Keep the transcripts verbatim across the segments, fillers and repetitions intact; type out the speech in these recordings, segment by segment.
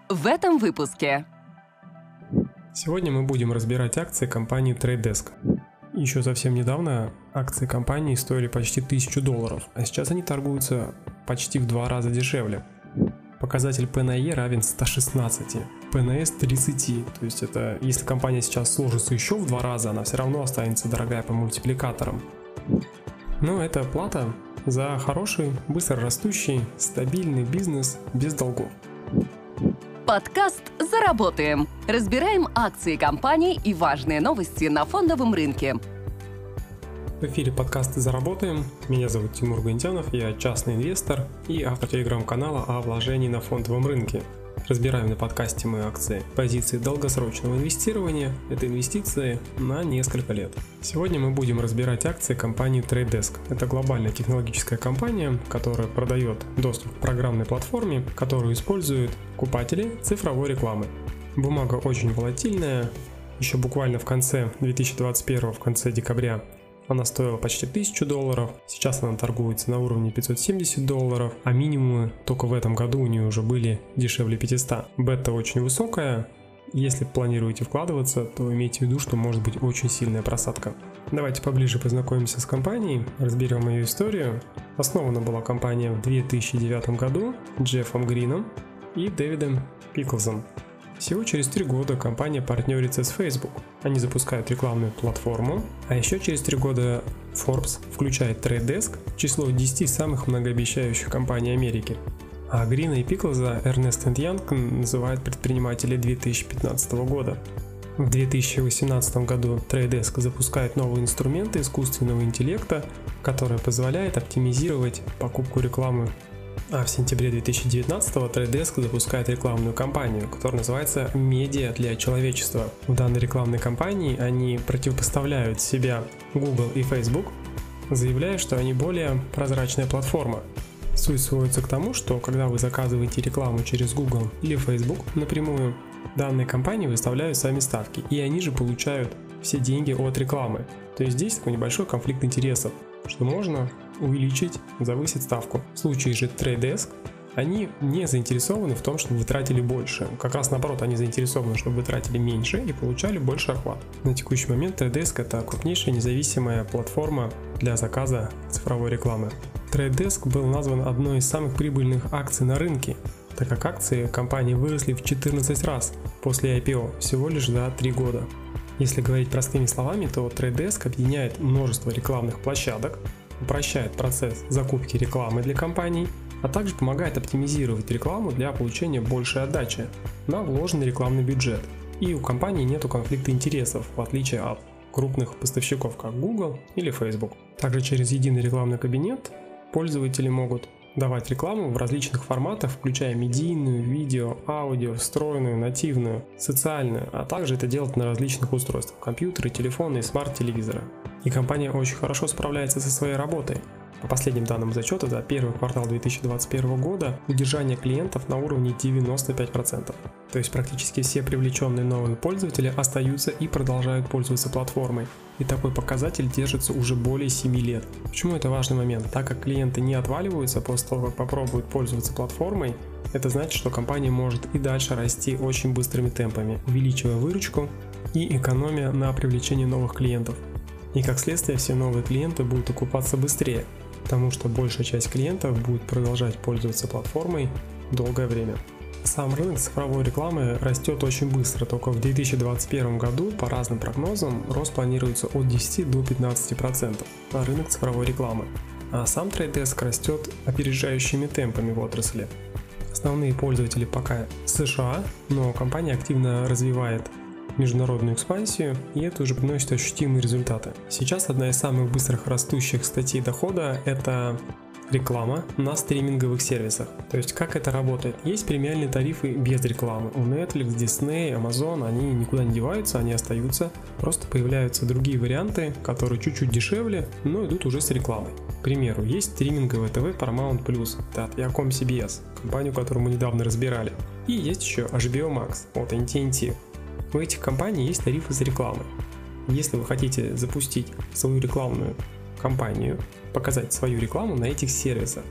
В этом выпуске. Сегодня мы будем разбирать акции компании Trade Desk. Еще совсем недавно акции компании стоили почти тысячу долларов, а сейчас они торгуются почти в два раза дешевле. Показатель пэ на е равен ста шестнадцати, пэ на эс тридцати, то есть это если компания сейчас сложится еще в два раза, она все равно останется дорогая по мультипликаторам. Но это плата за хороший, быстро растущий, стабильный бизнес без долгов. Подкаст «Заработаем». Разбираем акции компаний и важные новости на фондовом рынке. В эфире подкаста «Заработаем». Меня зовут Тимур Гантянов, я частный инвестор и автор телеграм-канала о вложении на фондовом рынке. Разбираем на подкасте мы акции позиции долгосрочного инвестирования. Это инвестиции на несколько лет. Сегодня мы будем разбирать акции компании Trade Desk. Это глобальная технологическая компания, которая продает доступ к программной платформе, которую используют покупатели цифровой рекламы. Бумага очень волатильная. Еще буквально в конце две тысячи двадцать первого, в конце декабря, она стоила почти тысячу долларов, сейчас она торгуется на уровне пятьсот семьдесят долларов, а минимумы только в этом году у нее уже были дешевле пятисот. Бета очень высокая, если планируете вкладываться, то имейте в виду, что может быть очень сильная просадка. Давайте поближе познакомимся с компанией, разберем ее историю. Основана была компания в две тысячи девятом году Джеффом Грином и Дэвидом Пиклзом. Всего через три года компания партнерится с Facebook. Они запускают рекламную платформу, а еще через три года Forbes включает Trade Desk в число десяти самых многообещающих компаний Америки. А Грина и Пиклза Ernst энд Young называют предпринимателей две тысячи пятнадцатого года. В две тысячи восемнадцатом году Trade Desk запускает новые инструменты искусственного интеллекта, которые позволяют оптимизировать покупку рекламы. А в сентябре две тысячи девятнадцатого Trade Desk запускает рекламную кампанию, которая называется «Медиа для человечества». В данной рекламной кампании они противопоставляют себя Google и Facebook, заявляя, что они более прозрачная платформа. Суть сводится к тому, что когда вы заказываете рекламу через Google или Facebook напрямую, данные компании выставляют сами ставки, и они же получают все деньги от рекламы. То есть здесь такой небольшой конфликт интересов, что можно увеличить, завысить ставку. В случае же Trade Desk, они не заинтересованы в том, чтобы вы тратили больше. Как раз наоборот, они заинтересованы, чтобы вы тратили меньше и получали больше охват. На текущий момент Trade Desk — это крупнейшая независимая платформа для заказа цифровой рекламы. Trade Desk был назван одной из самых прибыльных акций на рынке, так как акции компании выросли в четырнадцать раз после ай пи о всего лишь за три года. Если говорить простыми словами, то Trade Desk объединяет множество рекламных площадок, упрощает процесс закупки рекламы для компаний, а также помогает оптимизировать рекламу для получения большей отдачи на вложенный рекламный бюджет. И у компании нету конфликта интересов, в отличие от крупных поставщиков, как Google или Facebook. Также через единый рекламный кабинет пользователи могут давать рекламу в различных форматах, включая медийную, видео, аудио, встроенную, нативную, социальную, а также это делать на различных устройствах: компьютеры, телефоны и смарт-телевизоры. И компания очень хорошо справляется со своей работой. По последним данным из отчета, за первый квартал две тысячи двадцать первого года удержание клиентов на уровне девяносто пять процентов. То есть практически все привлеченные новые пользователи остаются и продолжают пользоваться платформой. И такой показатель держится уже более семи лет. Почему это важный момент? Так как клиенты не отваливаются после того, как попробуют пользоваться платформой, это значит, что компания может и дальше расти очень быстрыми темпами, увеличивая выручку и экономия на привлечении новых клиентов. И как следствие, все новые клиенты будут окупаться быстрее, потому что большая часть клиентов будет продолжать пользоваться платформой долгое время. Сам рынок цифровой рекламы растет очень быстро, только в две тысячи двадцать первом году, по разным прогнозам, рост планируется от десяти до пятнадцати процентов на рынок цифровой рекламы. А сам Trade Desk растет опережающими темпами в отрасли. Основные пользователи пока США, но компания активно развивает международную экспансию, и это уже приносит ощутимые результаты. Сейчас одна из самых быстрых растущих статей дохода – это реклама на стриминговых сервисах. То есть как это работает? Есть премиальные тарифы без рекламы. У Netflix, Disney, Amazon, они никуда не деваются, они остаются. Просто появляются другие варианты, которые чуть-чуть дешевле, но идут уже с рекламой. К примеру, есть стриминговое ТВ Paramount Plus, это от Viacom си би эс, компанию, которую мы недавно разбирали. И есть еще эйч би о Max от эй ти энд ти. У этих компаний есть тарифы за рекламу. Если вы хотите запустить свою рекламную кампанию, показать свою рекламу на этих сервисах,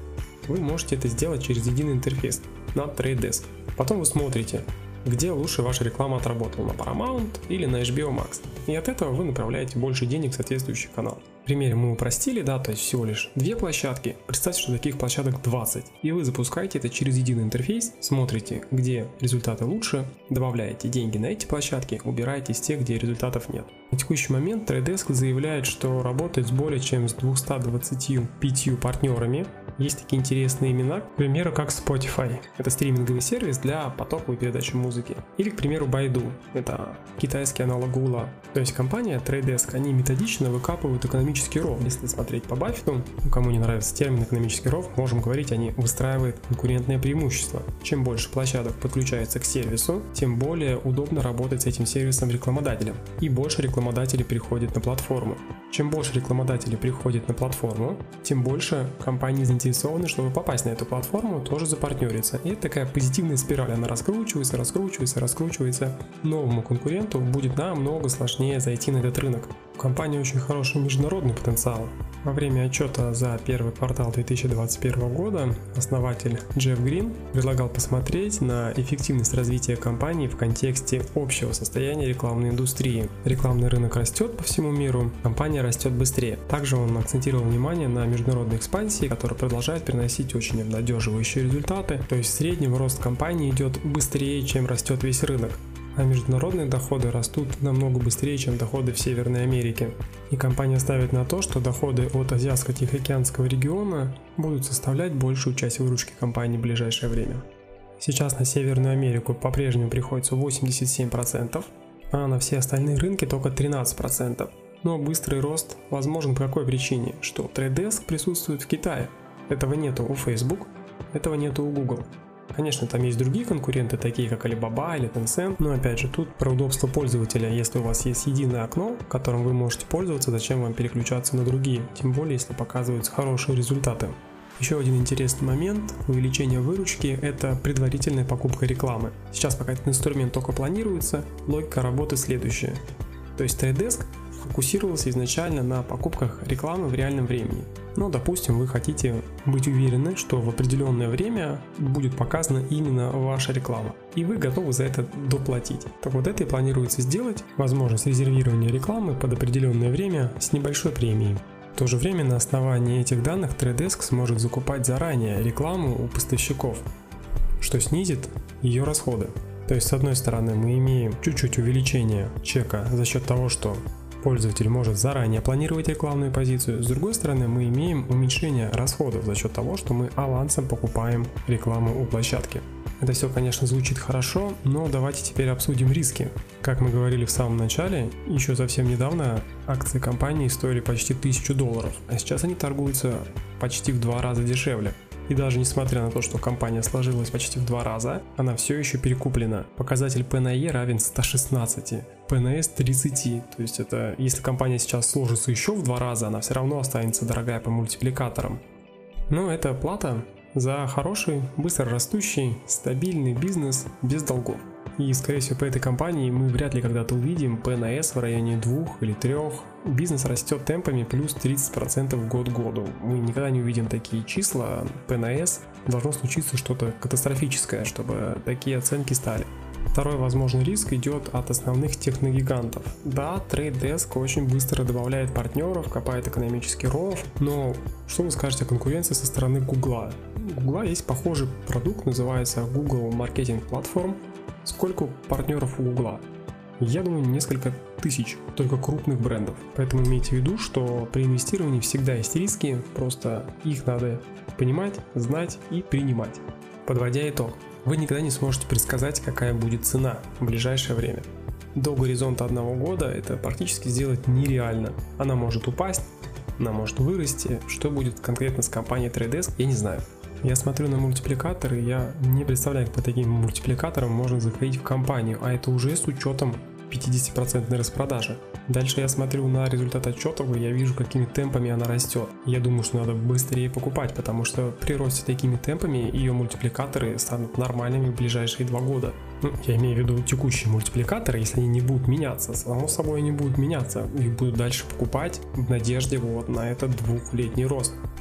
вы можете это сделать через единый интерфейс на Trade Desk. Потом вы смотрите, где лучше ваша реклама отработала, на Paramount или на эйч би о Max. И от этого вы направляете больше денег в соответствующий канал. В примере мы упростили, да, то есть всего лишь две площадки. Представьте, что таких площадок двадцать. И вы запускаете это через единый интерфейс, смотрите, где результаты лучше, добавляете деньги на эти площадки, убираете из тех, где результатов нет. На текущий момент Trade Desk заявляет, что работает с более чем с двумястами двадцатью пятью партнерами. Есть такие интересные имена, к примеру, как Spotify. Это стриминговый сервис для потоковой передачи музыки. Или, к примеру, Baidu. Это китайский аналог Гугла. То есть компания Trade Desk, они методично выкапывают экономический ров. Если смотреть по Баффету, кому не нравится термин экономический ров, можем говорить, они выстраивают конкурентное преимущество. Чем больше площадок подключается к сервису, тем более удобно работать с этим сервисом рекламодателем. И больше рекламодателей приходит на платформу. Чем больше рекламодателей приходит на платформу, тем больше компании заинтересованы, чтобы попасть на эту платформу, тоже запартнериться. И это такая позитивная спираль, она раскручивается, раскручивается, раскручивается. Новому конкуренту будет намного сложнее зайти на этот рынок. У компании очень хороший международный потенциал. Во время отчета за первый квартал две тысячи двадцать первого года основатель Джефф Грин предлагал посмотреть на эффективность развития компании в контексте общего состояния рекламной индустрии. Рекламный рынок растет по всему миру, компания растет быстрее. Также он акцентировал внимание на международной экспансии, которая продолжает приносить очень обнадеживающие результаты. То есть в среднем рост компании идет быстрее, чем растет весь рынок. А международные доходы растут намного быстрее, чем доходы в Северной Америке. И компания ставит на то, что доходы от Азиатско-Тихоокеанского региона будут составлять большую часть выручки компании в ближайшее время. Сейчас на Северную Америку по-прежнему приходится восемьдесят семь процентов, а на все остальные рынки только тринадцать процентов. Но быстрый рост возможен по какой причине? Что Trade Desk присутствует в Китае. Этого нету у Facebook, этого нету у Google. Конечно, там есть другие конкуренты, такие как Alibaba или Tencent, но опять же тут про удобство пользователя. Если у вас есть единое окно, которым вы можете пользоваться, зачем вам переключаться на другие, тем более если показываются хорошие результаты. Еще один интересный момент увеличения выручки – это предварительная покупка рекламы. Сейчас пока этот инструмент только планируется, логика работы следующая. То есть Trade Desk фокусировался изначально на покупках рекламы в реальном времени. Но, допустим, вы хотите быть уверены, что в определенное время будет показана именно ваша реклама, и вы готовы за это доплатить. Так вот, это и планируется сделать, возможность резервирования рекламы под определенное время с небольшой премией. В то же время на основании этих данных Trade Desk сможет закупать заранее рекламу у поставщиков, что снизит ее расходы. То есть, с одной стороны, мы имеем чуть-чуть увеличение чека за счет того, что пользователь может заранее планировать рекламную позицию. С другой стороны, мы имеем уменьшение расходов за счет того, что мы авансом покупаем рекламу у площадки. Это все, конечно, звучит хорошо, но давайте теперь обсудим риски. Как мы говорили в самом начале, еще совсем недавно акции компании стоили почти тысячу долларов, а сейчас они торгуются почти в два раза дешевле. И даже несмотря на то, что компания сложилась почти в два раза, она все еще перекуплена. Показатель пэ на и равен ста шестнадцати, пэ на эс тридцати. То есть это, если компания сейчас сложится еще в два раза, она все равно останется дорогая по мультипликаторам. Но это плата за хороший, быстро растущий, стабильный бизнес без долгов. И, скорее всего, по этой компании мы вряд ли когда-то увидим пэ на эс в районе двух или трех. Бизнес растет темпами плюс тридцать процентов год к году. Мы никогда не увидим такие числа. пэ на эс должно случиться что-то катастрофическое, чтобы такие оценки стали. Второй возможный риск идет от основных техногигантов. Да, Trade Desk очень быстро добавляет партнеров, копает экономический ров, но что вы скажете о конкуренции со стороны Гугла? У Гугла есть похожий продукт, называется Google Marketing Platform. Сколько партнеров у Гугла? Я думаю, несколько тысяч, только крупных брендов. Поэтому имейте в виду, что при инвестировании всегда есть риски, просто их надо понимать, знать и принимать. Подводя итог, вы никогда не сможете предсказать, какая будет цена в ближайшее время. До горизонта одного года это практически сделать нереально. Она может упасть, она может вырасти. Что будет конкретно с компанией Trade Desk, я не знаю. Я смотрю на мультипликаторы, я не представляю, как по таким мультипликаторам можно заходить в компанию, а это уже с учетом пятидесятипроцентной распродажи. Дальше я смотрю на результат отчетов, и я вижу, какими темпами она растет. Я думаю, что надо быстрее покупать, потому что при росте такими темпами ее мультипликаторы станут нормальными в ближайшие два года. Ну, я имею в виду текущие мультипликаторы, если они не будут меняться, само собой они будут меняться. Их будут дальше покупать в надежде вот на этот двухлетний рост.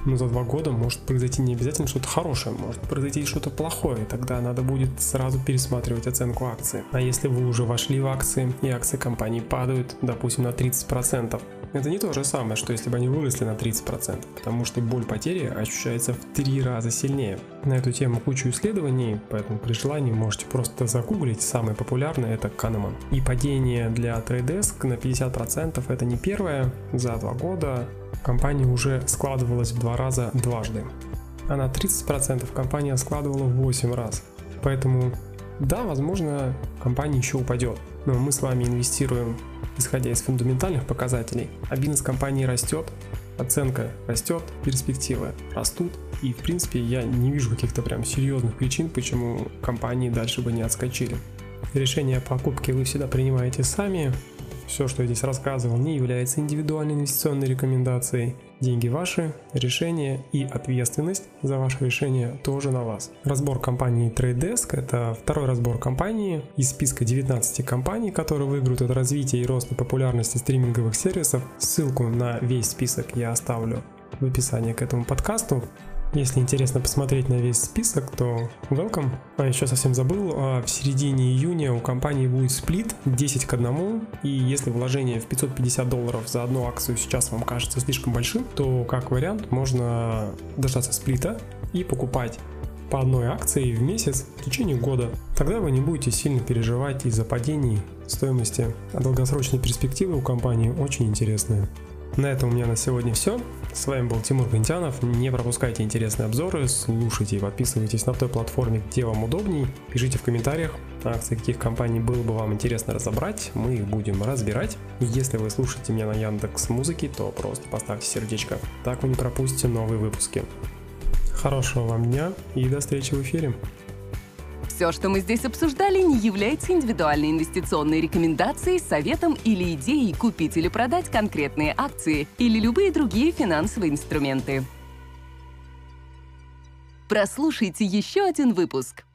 Но за два года может произойти не обязательно что-то хорошее, может произойти что-то плохое, тогда надо будет сразу пересматривать оценку акции. А если вы уже вошли в акции и акции компании падают, допустим, на тридцать процентов, это не то же самое, что если бы они выросли на тридцать процентов, потому что боль потери ощущается в три раза сильнее. На эту тему кучу исследований, поэтому при желании можете просто загуглить. Самое популярное — это Kahneman. И падение для Trade Desk на пятьдесят процентов это не первое. За два года компания уже складывалась в два раза дважды. А на тридцать процентов компания складывала в восемь раз. Поэтому да, возможно, компания еще упадет. Но мы с вами инвестируем исходя из фундаментальных показателей, а бизнес компании растет, оценка растет, перспективы растут, и в принципе я не вижу каких-то прям серьезных причин, почему компании дальше бы не отскочили. Решение о покупке вы всегда принимаете сами. Все, что я здесь рассказывал, не является индивидуальной инвестиционной рекомендацией. Деньги ваши, решение и ответственность за ваше решение тоже на вас. Разбор компании Trade Desk — это второй разбор компании из списка девятнадцати компаний, которые выиграют от развития и роста популярности стриминговых сервисов. Ссылку на весь список я оставлю в описании к этому подкасту. Если интересно посмотреть на весь список, то welcome. А еще совсем забыл, в середине июня у компании будет сплит десять к одному, и если вложение в пятьсот пятьдесят долларов за одну акцию сейчас вам кажется слишком большим, то как вариант можно дождаться сплита и покупать по одной акции в месяц в течение года. Тогда вы не будете сильно переживать из-за падений стоимости, а долгосрочные перспективы у компании очень интересные. На этом у меня на сегодня все. С вами был Тимур Гантянов. Не пропускайте интересные обзоры, слушайте и подписывайтесь на той платформе, где вам удобней. Пишите в комментариях, акции каких компаний было бы вам интересно разобрать. Мы их будем разбирать. Если вы слушаете меня на Яндекс.Музыке, то просто поставьте сердечко. Так вы не пропустите новые выпуски. Хорошего вам дня и до встречи в эфире. Все, что мы здесь обсуждали, не является индивидуальной инвестиционной рекомендацией, советом или идеей купить или продать конкретные акции или любые другие финансовые инструменты. Прослушайте еще один выпуск.